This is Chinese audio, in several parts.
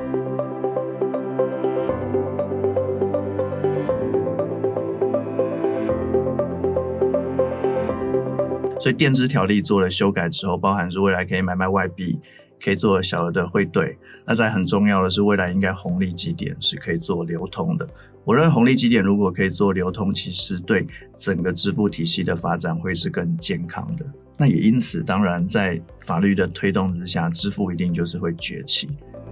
所以电支条例做了修改之后，包含是未来可以买卖外币，可以做小额的汇兑。那再很重要的是，未来应该红利基点是可以做流通的。我认为红利基点如果可以做流通，其实对整个支付体系的发展会是更健康的。那也因此，当然在法律的推动之下，支付一定就是会崛起。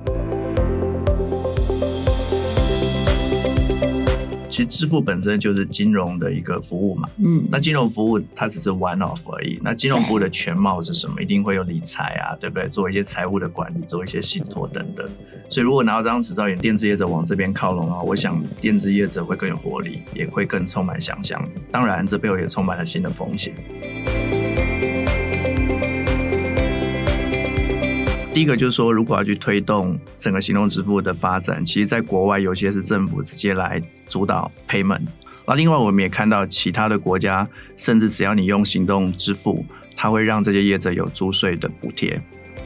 其实支付本身就是金融的一个服务嘛，那金融服务它只是 one off 而已。那金融服务的全貌是什么？一定会有理财啊，对不对？做一些财务的管理，做一些信托等等。所以如果拿到这张执照，电子业者往这边靠拢的话，我想电子业者会更有活力，也会更充满想象。当然，这背后也充满了新的风险。第一个就是说，如果要去推动整个行动支付的发展，其实在国外有些是政府直接来主导 payment。那另外我们也看到其他的国家，甚至只要你用行动支付，它会让这些业者有租税的补贴。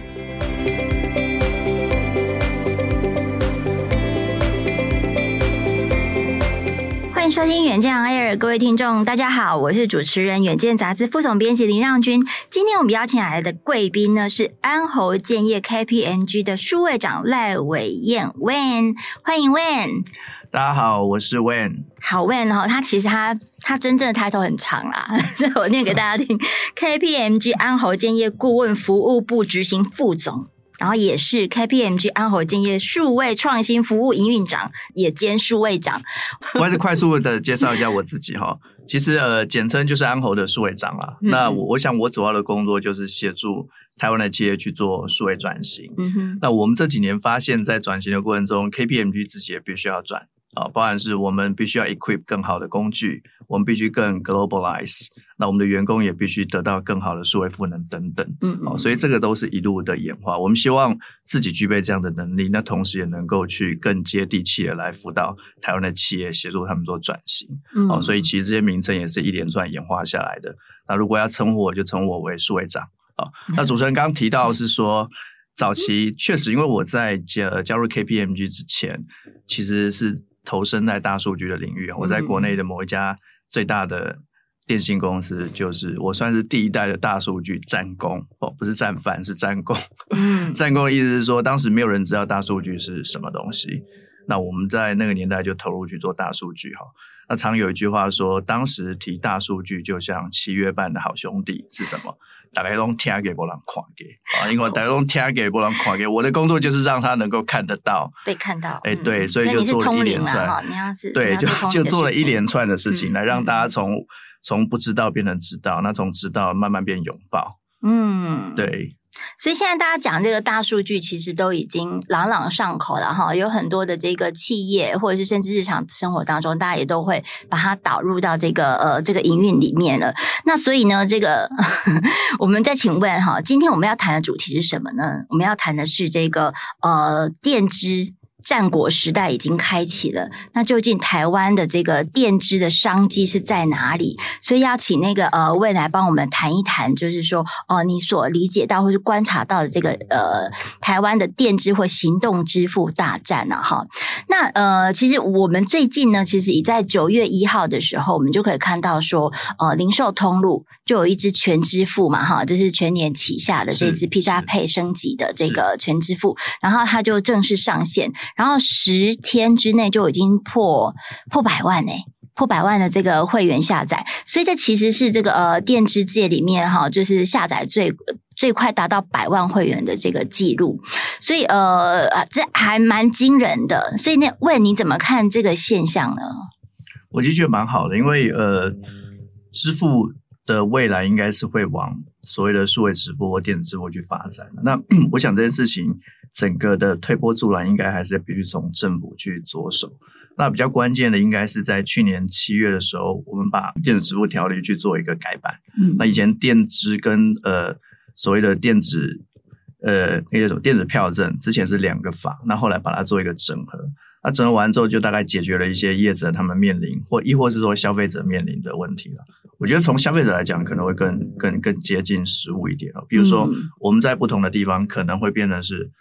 欢迎收听远见 On Air， 各位听众大家好，我是主持人远见杂志副总编辑林让均。今天我们邀请来的贵宾呢是安侯建业 KPMG 的数位长赖伟燕 Wen， 欢迎 Wen。 大家好，我是 Wen。 好 Wen 他其实他真正的 title 很长啦，所以我念给大家听。KPMG 安侯建业顾问服务部执行副总。然后也是 KPMG 安侯建业数位创新服务营运长，也兼数位长。 我还是快速的介绍一下我自己哈。其实简称就是安侯的数位长啦。那我想我主要的工作就是协助台湾的企业去做数位转型。那我们这几年发现，在转型的过程中 ，KPMG 自己也必须要转。包含是我们必须要 equip 更好的工具，我们必须更 globalize， 那我们的员工也必须得到更好的数位赋能等等。所以这个都是一路的演化。我们希望自己具备这样的能力，那同时也能够去更接地气的来辅导台湾的企业，协助他们做转型。所以其实这些名称也是一连串演化下来的。那如果要称呼我，就称我为数位长。那主持人刚刚提到是说，早期确实因为我在加入 KPMG 之前，其实是投身在大数据的领域。我在国内的某一家最大的电信公司，就是我算是第一代的大数据战功。不是战犯，是战功。战功的意思是说，当时没有人知道大数据是什么东西，那我们在那个年代就投入去做大数据。那常有一句话说，当时提大数据就像7月半的好兄弟是什么？大家都听给没人看给，因为大家都听给没人看给，我的工作就是让他能够看得到， 被看到。 对，所以就做了一连串，对，就做了一连串的事情，来让大家从不知道变成知道，那从知道慢慢变拥抱。对。 所以现在大家讲这个大数据其实都已经朗朗上口了哈，有很多的这个企业或者是甚至日常生活当中，大家也都会把它导入到这个营运里面了。那所以呢，这个我们再请问哈，今天我们要谈的主题是什么呢？我们要谈的是这个电支战国时代已经开启了，那究竟台湾的这个电支的商机是在哪里？所以要请那个未来帮我们谈一谈，就是说你所理解到或是观察到的这个台湾的电支或行动支付大战啊哈。那其实我们最近呢，其实已在9月1号的时候，我们就可以看到说零售通路就有一支全支付嘛哈，这是全年旗下的这支 Pizza Pay 升级的这个全支付，然后它就正式上线。然后10天之内就已经破100万破100万的这个会员下载，所以这其实是这个电支界里面哈，就是下载最快达到100万会员的这个记录，所以这还蛮惊人的。所以问你怎么看这个现象呢？ 我就觉得蛮好的，因为支付的未来应该是会往所谓的数位支付或电子支付去发展的。那我想这件事情整个的推波助澜应该还是必须从政府去着手。那比较关键的应该是在去年7月的时候，我们把电子支付条例去做一个改版。那以前电支跟所谓的电子那种电子票证之前是2个法，那后来把它做一个整合。那整合完之后，就大概解决了一些业者他们面临亦或是说消费者面临的问题了。我觉得从消费者来讲，可能会更接近实务一点。比如说我们在不同的地方可能会变成是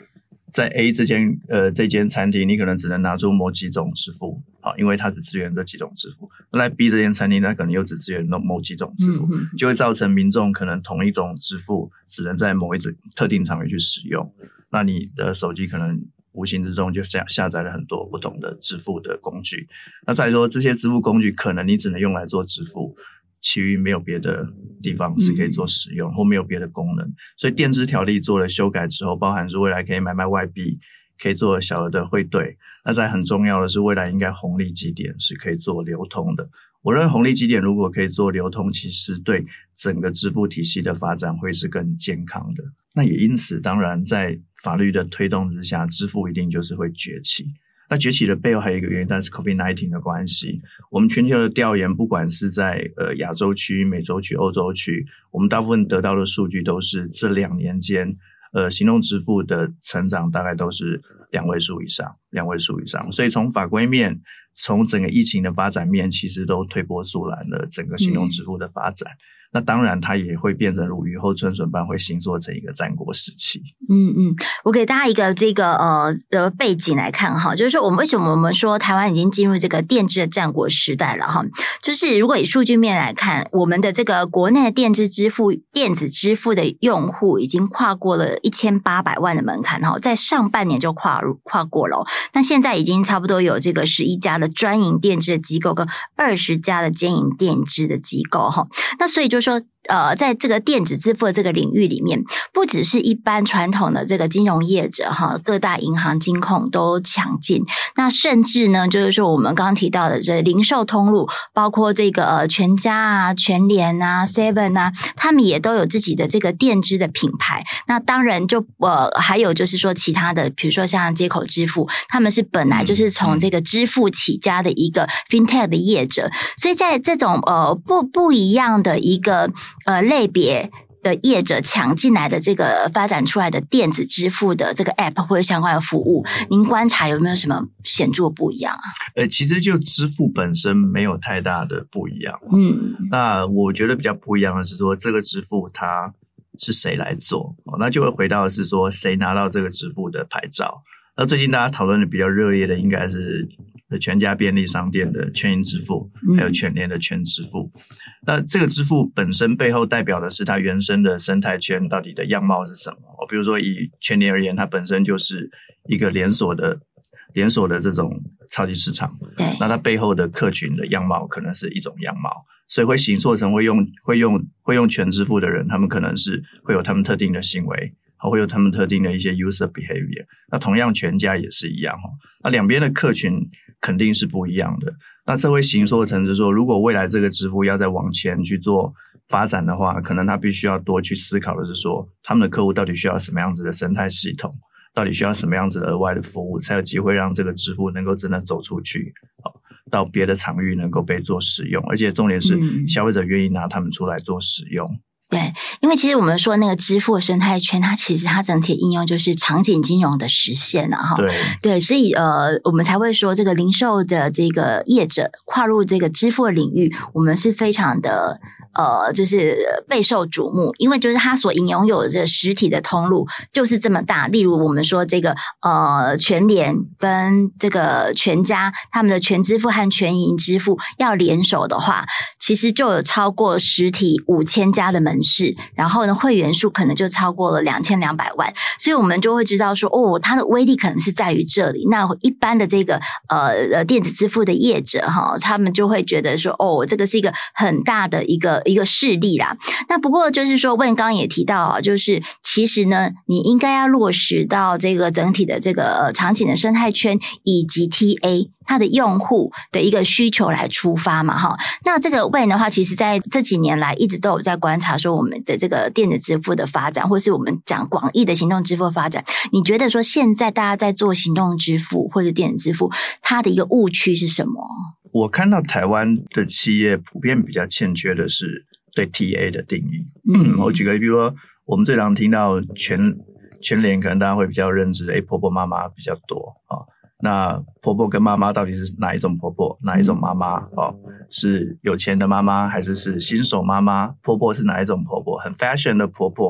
在 A 这间餐厅，你可能只能拿出某几种支付，好，因为它只支援这几种支付。那在 B 这间餐厅，它可能又只支援某几种支付，就会造成民众可能同一种支付只能在某一种特定场域去使用。那你的手机可能无形之中就下载了很多不同的支付的工具。那再说这些支付工具可能你只能用来做支付，其余没有别的地方是可以做使用，或没有别的功能。所以电支条例做了修改之后，包含是未来可以买卖外币，可以做小额的汇兑。那再很重要的是，未来应该红利基点是可以做流通的。我认为红利基点如果可以做流通，其实对整个支付体系的发展会是更健康的。那也因此，当然在法律的推动之下，支付一定就是会崛起。那崛起的背后还有一个原因，但是 COVID-19 的关系。我们全球的调研，不管是在亚洲区、美洲区、欧洲区，我们大部分得到的数据都是这2年间行动支付的成长大概都是2位数以上。所以从法规面，从整个疫情的发展面，其实都推波助澜了整个行动支付的发展。那当然它也会变成如雨后春笋般会形塑成一个战国时期。 我给大家一个这个背景来看哈，就是说为什么我们说台湾已经进入这个电支的战国时代了哈，就是如果以数据面来看，我们的这个国内的电子支付的用户已经跨过了1800万的门槛哈，在上半年就跨过了，那现在已经差不多有这个11家的专营电支的机构跟20家的兼营电支的机构哈，那所以就是说在这个电子支付的这个领域里面，不只是一般传统的这个金融业者哈，各大银行金控都抢进，那甚至呢，就是说我们刚刚提到的这零售通路，包括这个全家啊、全联啊、Seven 啊，他们也都有自己的这个电支的品牌。那当然就还有就是说其他的，比如说像接口支付，他们是本来就是从这个支付起家的一个 FinTech 的业者，所以在这种不一样的一个类别的业者抢进来的这个发展出来的电子支付的这个 App 或者相关的服务，您观察有没有什么显著不一样啊？ 其实就支付本身没有太大的不一样。那我觉得比较不一样的是说，这个支付它是谁来做，那就会回到是说谁拿到这个支付的牌照。那最近大家讨论的比较热烈的应该是全家便利商店的全银支付，还有全联的全支付。那这个支付本身背后代表的是它原生的生态圈到底的样貌是什么？比如说以全联而言，它本身就是一个连锁的这种超级市场。 对， 那它背后的客群的样貌可能是一种样貌，所以会形塑成会用全支付的人，他们可能是会有他们特定的行为，会有他们特定的一些 user behavior。 那同样全家也是一样，那两边的客群肯定是不一样的。那这会形塑成是说，如果未来这个支付要再往前去做发展的话，可能他必须要多去思考的是说，他们的客户到底需要什么样子的生态系统，到底需要什么样子的额外的服务，才有机会让这个支付能够真的走出去，到别的场域能够被做使用，而且重点是消费者愿意拿他们出来做使用。 对，因为其实我们说那个支付的生态圈，它其实它整体应用就是场景金融的实现了哈。对，所以我们才会说这个零售的这个业者跨入这个支付的领域，我们是非常的就是备受瞩目，因为就是它所拥有的这个实体的通路就是这么大。例如我们说这个全联跟这个全家，他们的全支付和全银支付要联手的话，其实就有超过实体5000家的门市，然后呢会员数可能就超过了2200万，所以我们就会知道说它的威力可能是在于这里。那一般的这个电子支付的业者哈，他们就会觉得说这个是一个很大的一个势力啦。那不过就是说问刚刚也提到就是其实呢你应该要落实到这个整体的这个场景的生态圈以及 TA它的用户的一个需求来出发嘛哈。那这个 Wayne 的话，其实在这几年来一直都有在观察说我们的这个电子支付的发展，或是我们讲广义的行动支付的发展。你觉得说现在大家在做行动支付或者电子支付，它的一个误区是什么？ 我看到台湾的企业普遍比较欠缺的是对 TA 的定义。我举个例，比如说我们最常听到全联，可能大家会比较认知婆婆妈妈比较多啊。那婆婆跟妈妈到底是哪一种婆婆，哪一种妈妈？是有钱的妈妈，还是新手妈妈？婆婆是哪一种婆婆？很 fashion 的婆婆，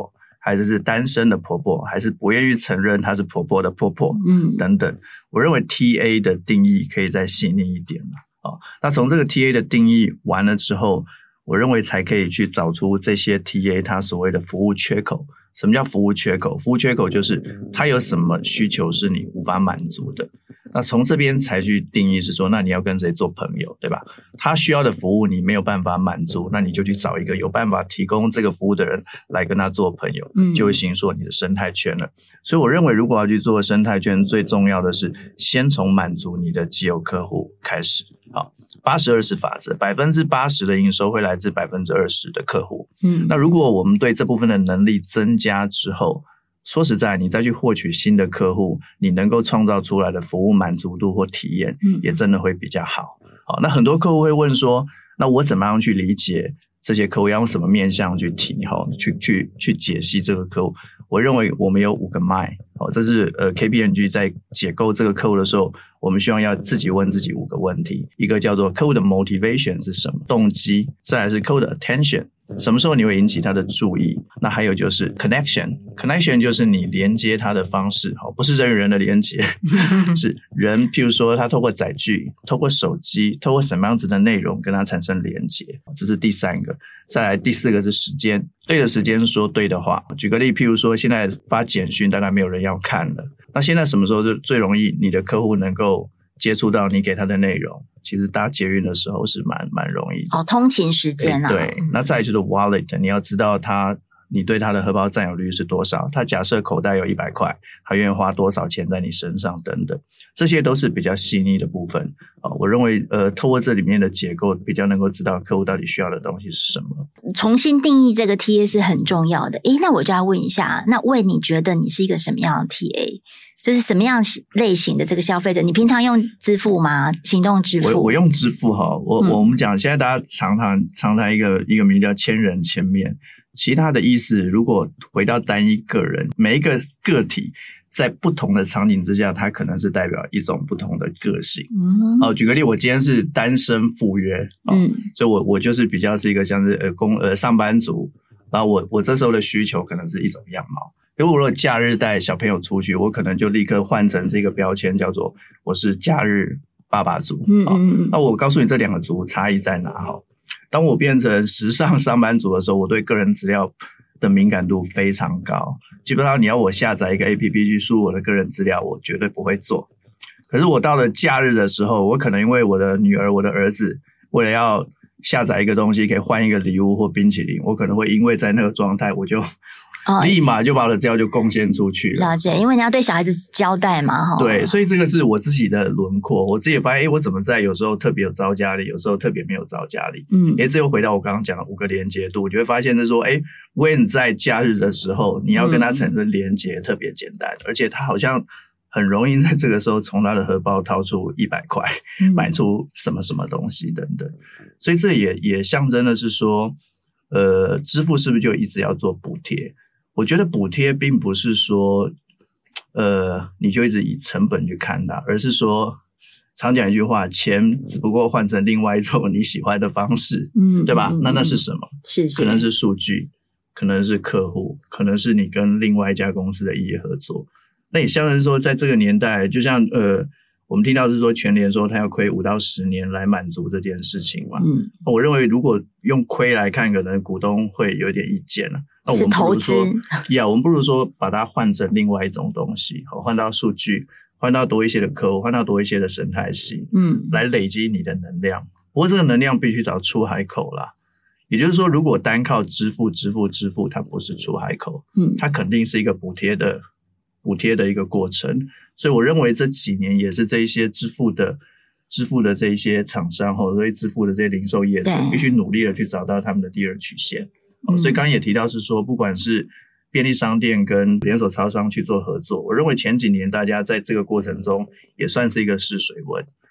还是单身的婆婆，还是不愿意承认她是婆婆的婆婆，等等。我认为 TA 的定义可以再细腻一点了。那从这个 TA 的定义完了之后，我认为才可以去找出这些 TA 它所谓的服务缺口。什么叫服务缺口？服务缺口就是它有什么需求是你无法满足的。那从这边才去定义是说，那你要跟谁做朋友，对吧？他需要的服务你没有办法满足，那你就去找一个有办法提供这个服务的人来跟他做朋友，就会形成你的生态圈了。所以我认为如果要去做生态圈，最重要的是先从满足你的既有客户开始。好，80-20法则， 80% 的营收会来自 20% 的客户。那如果我们对这部分的能力增加之后，说实在，你再去获取新的客户，你能够创造出来的服务满足度或体验也真的会比较好。好，那很多客户会问说，那我怎么样去理解这些客户，要用什么面向去提，去解析这个客户？我认为我们有5个 MY， 这是KPMG 在解构这个客户的时候，我们希望要自己问自己5个问题。一个叫做客户的 motivation 是什么，动机；再来是客户的 attention， 什么时候你会引起他的注意？那还有就是 connection 就是你连接他的方式，不是人与人的连接，是人，譬如说他透过载具，透过手机，透过什么样子的内容跟他产生连接，这是第3个。再来第4个是时间，对的时间说对的话。举个例，譬如说现在发简讯大概没有人要看了，那现在什么时候就最容易你的客户能够接触到你给他的内容？其实搭捷运的时候是蛮容易的。 通勤时间啊。 对，那再来就是 wallet， 你要知道你对他的荷包占有率是多少，他假设口袋有100块，他愿意花多少钱在你身上等等，这些都是比较细腻的部分。我认为透过这里面的结构比较能够知道客户到底需要的东西是什么。 重新定义这个 TA 是很重要的。那我就要问一下，那魏，你觉得你是一个什么样的 TA？这是什么样类型的这个消费者？你平常用支付吗？行动支付？我用支付哈。我们讲现在大家常谈一个名叫千人千面，其他的意思如果回到单一个人，每一个个体在不同的场景之下，它可能是代表一种不同的个性。举个例，我今天是单身赴约，所以我就是比较是一个像是上班族，然后我这时候的需求可能是一种样貌。如果假日带小朋友出去，我可能就立刻换成这个标签，叫做我是假日爸爸族。那我告诉你这2个族差异在哪。当我变成时尚上班族的时候，我对个人资料的敏感度非常高，基本上你要我下载一个 APP 去输入我的个人资料，我绝对不会做。可是我到了假日的时候，我可能因为我的女儿我的儿子为了要下载一个东西可以换一个礼物或冰淇淋，我可能会因为在那个状态，我就立马就把我的资料就贡献出去了。 了解，因为你要对小孩子交代嘛。 对，所以这个是我自己的轮廓。我自己也发现，我怎么在有时候特别有招架力，有时候特别没有招架力。这又回到我刚刚讲的5个连接度，你会发现是说when 在假日的时候，你要跟他产生连接特别简单，而且他好像很容易在这个时候从他的荷包掏出100块，买出什么什么东西等等。所以这也象征的是说，支付是不是就一直要做补贴？我觉得补贴并不是说你就一直以成本去看它，而是说常讲一句话，钱只不过换成另外一种你喜欢的方式，对吧？那是什么？是可能是数据，可能是客户，可能是你跟另外一家公司的异业合作。那也像是说在这个年代，就像我们听到是说全联说他要亏5到10年来满足这件事情嘛。我认为如果用亏来看，可能股东会有点意见了。那我们不如说我们不如说把它换成另外一种东西，换到数据，换到多一些的客户，换到多一些的生态系，来累积你的能量。不过这个能量必须找出海口啦。也就是说，如果单靠支付，它不是出海口，它肯定是一个补贴的一个过程。所以我认为这几年也是这一些支付的这一些厂商或者支付的这些零售业者必须努力的去找到他们的第2曲线。所以刚刚也提到是说，不管是便利商店跟连锁超商去做合作，我认为前几年大家在这个过程中也算是一个试水温。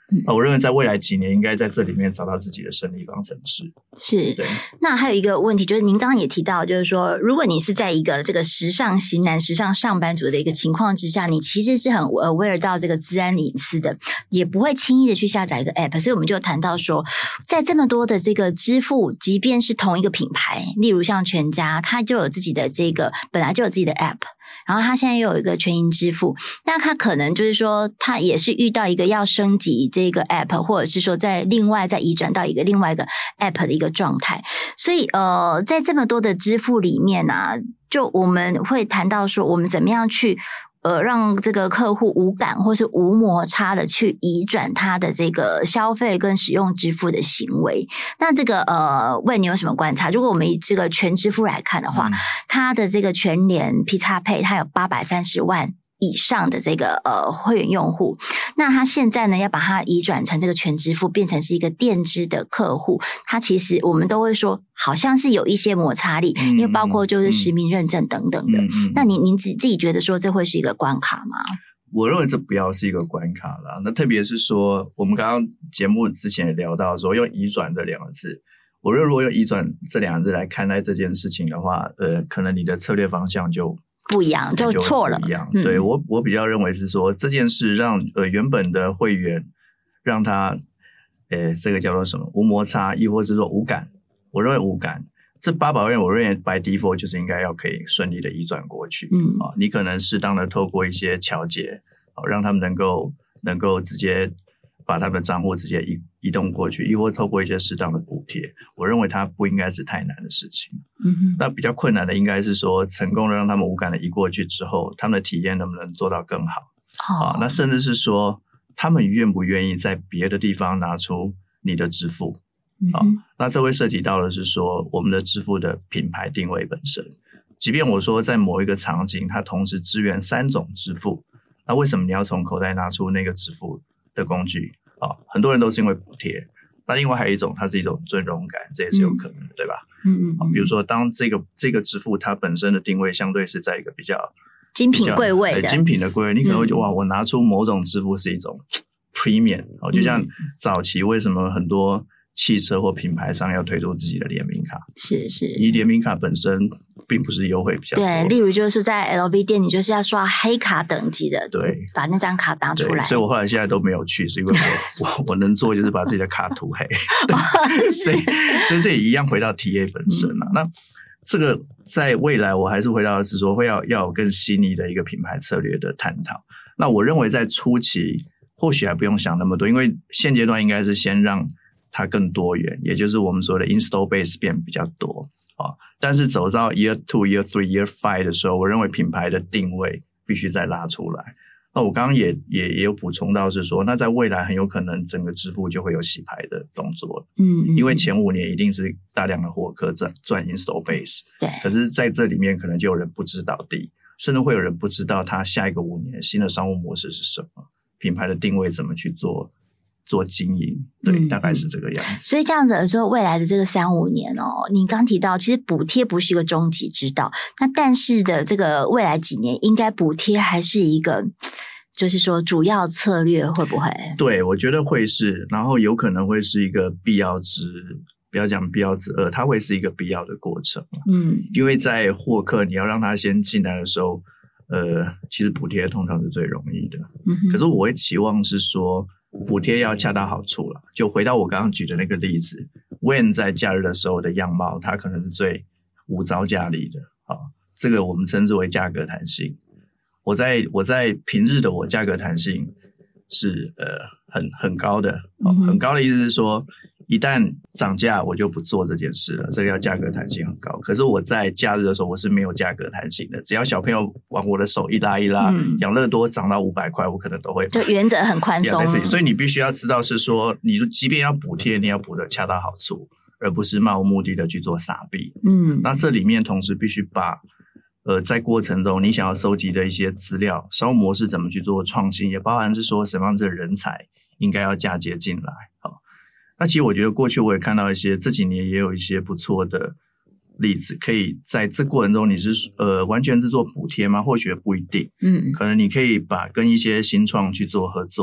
我认为在未来几年应该在这里面找到自己的胜利方程式。 是，那还有一个问题就是您刚刚也提到，就是说如果你是在一个这个时尚型男、时尚上班族的一个情况之下，你其实是很aware到这个资安隐私的，也不会轻易的去下载一个 app。所以我们就谈到说，在这么多的这个支付，即便是同一个品牌，例如像全家，它就有自己的这个本来就有自己的 app。然后他现在又有一个全银支付，那他可能就是说他也是遇到一个要升级这个 app， 或者是说再移转到另外一个 app 的一个状态。所以在这么多的支付里面啊，就我们会谈到说我们怎么样去让这个客户无感或是无摩擦的去移转他的这个消费跟使用支付的行为。那这个问你有什么观察？如果我们以这个全支付来看的话，它的这个全联 P-Pay 它有830万以上的这个会员用户，那他现在呢要把它移转成这个全支付，变成是一个电支的客户，他其实我们都会说好像是有一些摩擦力，因为包括就是实名认证等等的。那您自己觉得说这会是一个关卡吗？ 我认为这不要是一个关卡啦。那特别是说我们刚刚节目之前也聊到说用移转这两个字，我认为如果用移转这两个字来看待这件事情的话，可能你的策略方向就不一样，就错了。 对，我比较认为是说这件事让原本的会员让他这个叫做什么无摩擦，亦或是说无感。我认为无感，这800万我认为 by default 就是应该要可以顺利的移转过去。你可能适当的透过一些桥接，让他们能够直接把他们的账户直接移动过去，亦或透过一些适当的补贴，我认为它不应该是太难的事情。那比较困难的应该是说成功的让他们无感的移过去之后，他们的体验能不能做到更好。那甚至是说他们愿不愿意在别的地方拿出你的支付。那这会涉及到的是说我们的支付的品牌定位本身，即便我说在某一个场景它同时支援3种支付，那为什么你要从口袋拿出那个支付的工具？很多人都是因为补贴，那另外还有一种它是一种尊荣感，这也是有可能的，对吧？比如说当这个支付它本身的定位相对是在一个比较精品贵位的精品的贵位，你可能会觉得哇，我拿出某种支付是一种 premium。就像早期为什么很多汽车或品牌商要推出自己的联名卡， 是你联名卡本身并不是优惠比较多。 对，例如就是在 LV 店，你就是要刷黑卡等级的， 对， 把那张卡拿出来。 所以我后来现在都没有去，是因为我能做就是把自己的卡涂黑。所以这也一样回到 TA 本身了。那这个在未来我还是回到的是说要有更细腻的一个品牌策略的探讨。那我认为在初期或许还不用想那么多，因为现阶段应该是先让它更多元，也就是我们说的 install base 变比较多。但是走到 year 2 year 3 year 5的时候，我认为品牌的定位必须再拉出来。那我刚刚也有补充到是说，那在未来很有可能整个支付就会有洗牌的动作了。因为前5年一定是大量的获客赚 install base。对。可是在这里面可能就有人不知道甚至会有人不知道他下一个5年新的商务模式是什么，品牌的定位怎么去做经营，对，大概是这个样子。 所以这样子说，未来的这个3-5年你刚提到，其实补贴不是一个终极之道，那但是的这个未来几年，应该补贴还是一个，就是说主要策略，会不会？ 对，我觉得会是，然后有可能会是一个必要之，不要讲必要之恶，它会是一个必要的过程。因为在获客你要让他先进来的时候，其实补贴通常是最容易的。可是我会期望是说，补贴要恰到好处啦，就回到我刚刚举的那个例子 ，When 在假日的时候的样貌，它可能是最无招架力的。这个我们称之为价格弹性。我在平日的我价格弹性是很高的。很高的意思是说，一旦涨价我就不做这件事了，这个要价格弹性很高。可是我在假日的时候我是没有价格弹性的，只要小朋友往我的手一拉一拉，养乐多涨到500块我可能都会买， 就原则很宽松。 所以你必须要知道是说，你即便要补贴，你要补的恰到好处，而不是漫无目的的去做撒币。那这里面同时必须把在过程中你想要收集的一些资料，商务模式怎么去做创新，也包含是说什么样子的人才应该要嫁接进来。那其实我觉得过去我也看到一些，这几年也有一些不错的例子，可以在这过程中你是完全是做补贴吗？或许不一定。可能你可以跟一些新创去做合作，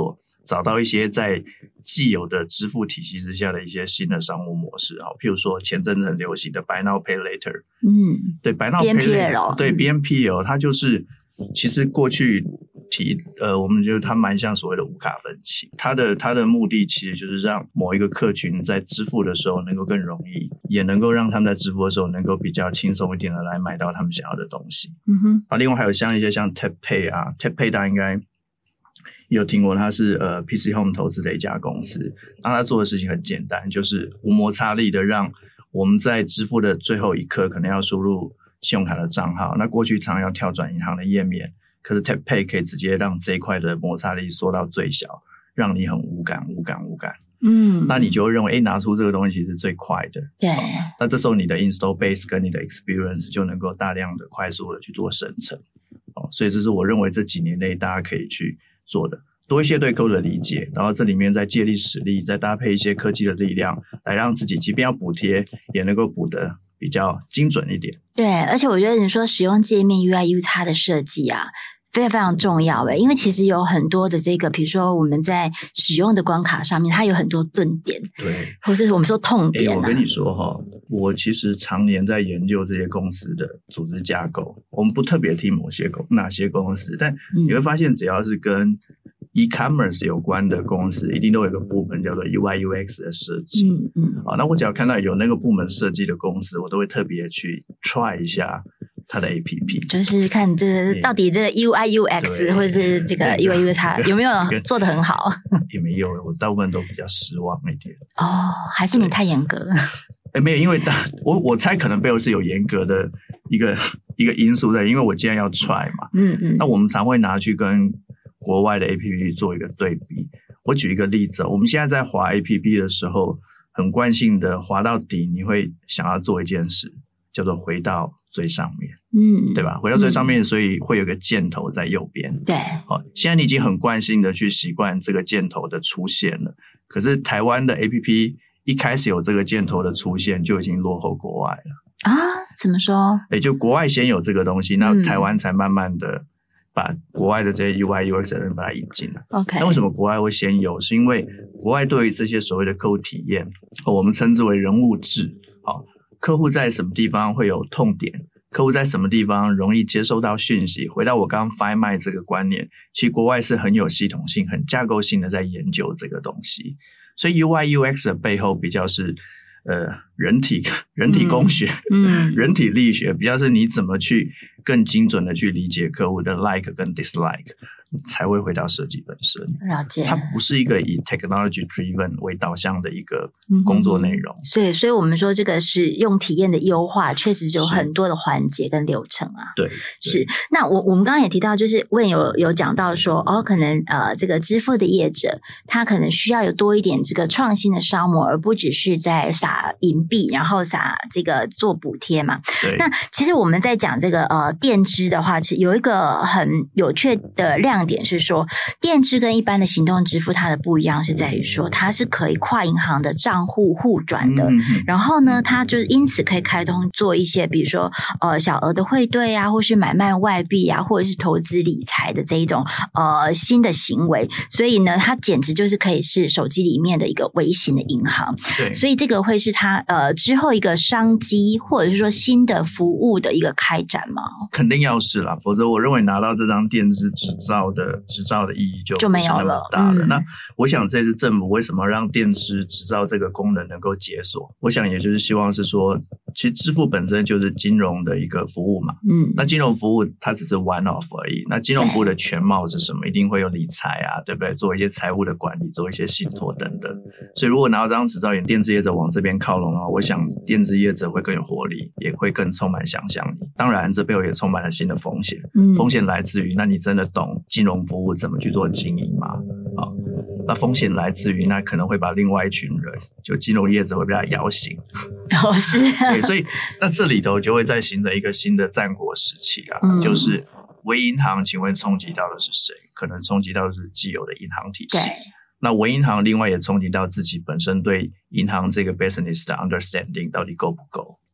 找到一些在既有的支付体系之下的一些新的商务模式，譬如说前阵子很流行的 Buy Now Pay Later， 对 Buy Now Pay Later， 对 BNPL， 它就是其实过去我们觉得它蛮像所谓的无卡分期，它的目的其实就是让某一个客群在支付的时候能够更容易，也能够让他们在支付的时候能够比较轻松一点的来买到他们想要的东西。另外还有一些像 Tap Pay 啊 ，Tap Pay 大家应该有听过，它是PC Home 投资的一家公司，那它做的事情很简单，就是无摩擦力的让我们在支付的最后一刻可能要输入信用卡的账号，那过去常要跳转银行的页面，可是 Tap Pay 可以直接让这一块的摩擦力缩到最小，让你很无感。那你就会认为拿出这个东西其实是最快的。 对。 那这时候你的 install base 跟你的 experience 就能够大量的快速的去做生成。所以这是我认为这几年内大家可以去做的，多一些对客户的理解，然后这里面再借力使力，再搭配一些科技的力量，来让自己即便要补贴也能够补得比较精准一点。 对，而且我觉得你说使用界面 UI/UX 的设计啊，非常非常重要因为其实有很多的这个，比如说我们在使用的关卡上面，它有很多钝点， 对， 或是我们说痛点。 我跟你说我其实常年在研究这些公司的组织架构，我们不特别提哪些公司，但你会发现只要是跟 e-commerce 有关的公司，一定都有一个部门叫做 UI/UX 的设计。那我只要看到有那个部门设计的公司，我都会特别去 try 一下它的 APP， 就是看这到底这个 UI/UX 或者是这个 UI/UX 有没有做得很好。 也没有，我大部分都比较失望一点。 还是你太严格了。 没有，因为我猜可能背后是有严格的一个因素在，因为我既然要 try 嘛，那我们常会拿去跟国外的 APP 做一个对比。我举一个例子，我们现在在滑 APP 的时候，很惯性的滑到底，你会想要做一件事，叫做回到最上面，对吧？回到最上面，所以会有个箭头在右边。 对， 现在你已经很惯性的去习惯这个箭头的出现了，可是台湾的 APP 一开始有这个箭头的出现，就已经落后国外了。 怎么说？ 就国外先有这个东西，那台湾才慢慢的把国外的这些 UI/UX 的人把它引进来。那为什么国外会先有？是因为国外对于这些所谓的客户体验，我们称之为人物志。客户在什么地方会有痛点？客户在什么地方容易接收到讯息？回到我刚刚 Find My 这个观念，其实国外是很有系统性、很架构性的在研究这个东西。所以 UI/UX 的背后比较是人体工学，人体力学，比较是你怎么去更精准的去理解客户的 like 跟 dislike， 才会回到设计本身。 了解， 它不是一个以 technology driven 为导向的一个工作内容。 所以我们说这个使用体验的优化，确实有很多的环节跟流程啊。 对， 是。那我们刚刚也提到，就是Wayne有讲到说，可能这个支付的业者，他可能需要有多一点这个创新的商模，而不只是在撒银币，然后撒这个做补贴嘛。 对。 那其实我们在讲这个电支的话，其实有一个很有趣的亮点是说，电支跟一般的行动支付它的不一样是在于说，它是可以跨银行的账户互转的。然后呢，它就因此可以开通做一些，比如说小额的汇兑啊，或是买卖外币啊，或者是投资理财的这一种新的行为。所以呢，它简直就是可以是手机里面的一个微型的银行。 对， 所以这个会是它之后一个商机，或者是说新的服务的一个开展吗？ 肯定要是啦，否则我认为拿到这张电支执照的意义就没有了。 那我想这次政府为什么让电支执照这个功能能够解锁？我想也就是希望是说，其实支付本身就是金融的一个服务嘛。那金融服务它只是 one off 而已。那金融服务的全貌是什么？一定会有理财啊，对不对？做一些财务的管理，做一些信托等等。所以如果拿到这张执照，电支业者往这边靠拢的话，我想电支业者会更有活力，也会更充满想象力。当然，这背后也充满了新的风险。风险来自于，那你真的懂金融服务怎么去做经营吗？那风险来自于，那可能会把另外一群人，就金融业者会被他摇醒。 是。 对，所以那这里头就会再形成一个新的战国时期啊，就是微银行，请问冲击到的是谁？可能冲击到的是既有的银行体系。那微银行另外也冲击到自己本身对银行这个 business 的 understanding 到底够不够？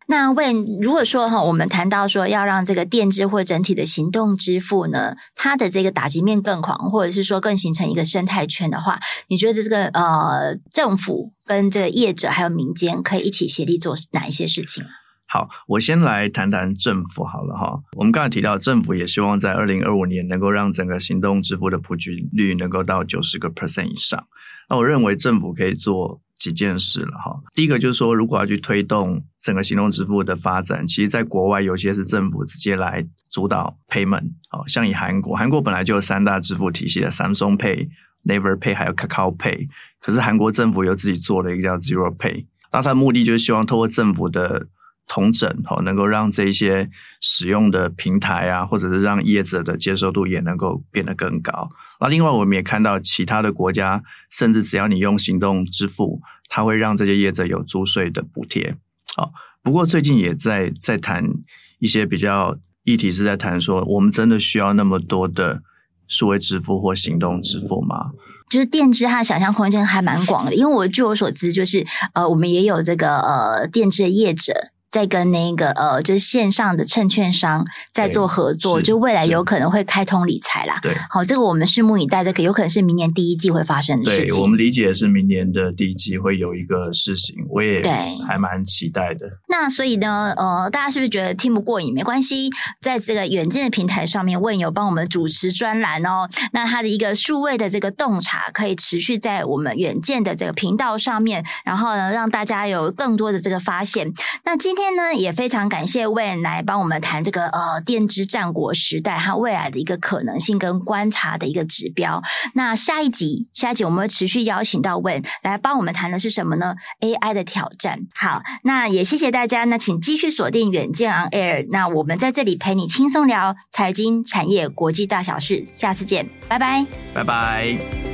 那如果说我们谈到说要让这个电支或整体的行动支付呢，它的这个打击面更广，或者是说更形成一个生态圈的话，你觉得这个政府跟这个业者还有民间可以一起协力做哪一些事情？ 好，我先来谈谈政府好了哈。我们刚才提到，政府也希望在2025年能够让整个行动支付的普及率能够到90% 以上。那我认为政府可以做几件事了哈。第一个就是说，如果要去推动整个行动支付的发展，其实在国外有些是政府直接来主导 payment， 像以韩国本来就有3大支付体系的 Samsung Pay、Naver Pay 还有 Kakao Pay， 可是韩国政府又自己做了一个叫 Zero Pay， 那它的目的就是希望透过政府的统整能够让这些使用的平台啊，或者是让业者的接受度也能够变得更高。那另外我们也看到其他的国家，甚至只要你用行动支付，它会让这些业者有租税的补贴。不过最近也在谈一些比较议题，是在谈说我们真的需要那么多的数位支付或行动支付吗？ 就是电支它的想象空间还蛮广的，因为据我所知，就是我们也有这个电支的业者在跟那个就是线上的证券商在做合作，就未来有可能会开通理财啦。 对， 好，这个我们拭目以待，这个有可能是明年第一季会发生的事情。 对，我们理解是明年的第一季会有一个施行，我也还蛮期待的。 那所以呢，大家是不是觉得听不过瘾？没关系，在这个远见的平台上面，Wayne有帮我们主持专栏哦。那他的一个数位的这个洞察，可以持续在我们远见的这个频道上面，然后呢，让大家有更多的这个发现。那今天呢，也非常感谢 Wayne 来帮我们谈这个电支战国时代它未来的一个可能性跟观察的一个指标。那下一集我们会持续邀请到 Wayne 来帮我们谈的是什么呢？ AI 的挑战。好，那也谢谢大家，那请继续锁定远见 On Air， 那我们在这里陪你轻松聊财经、产业、国际大小事，下次见，拜拜， 拜拜。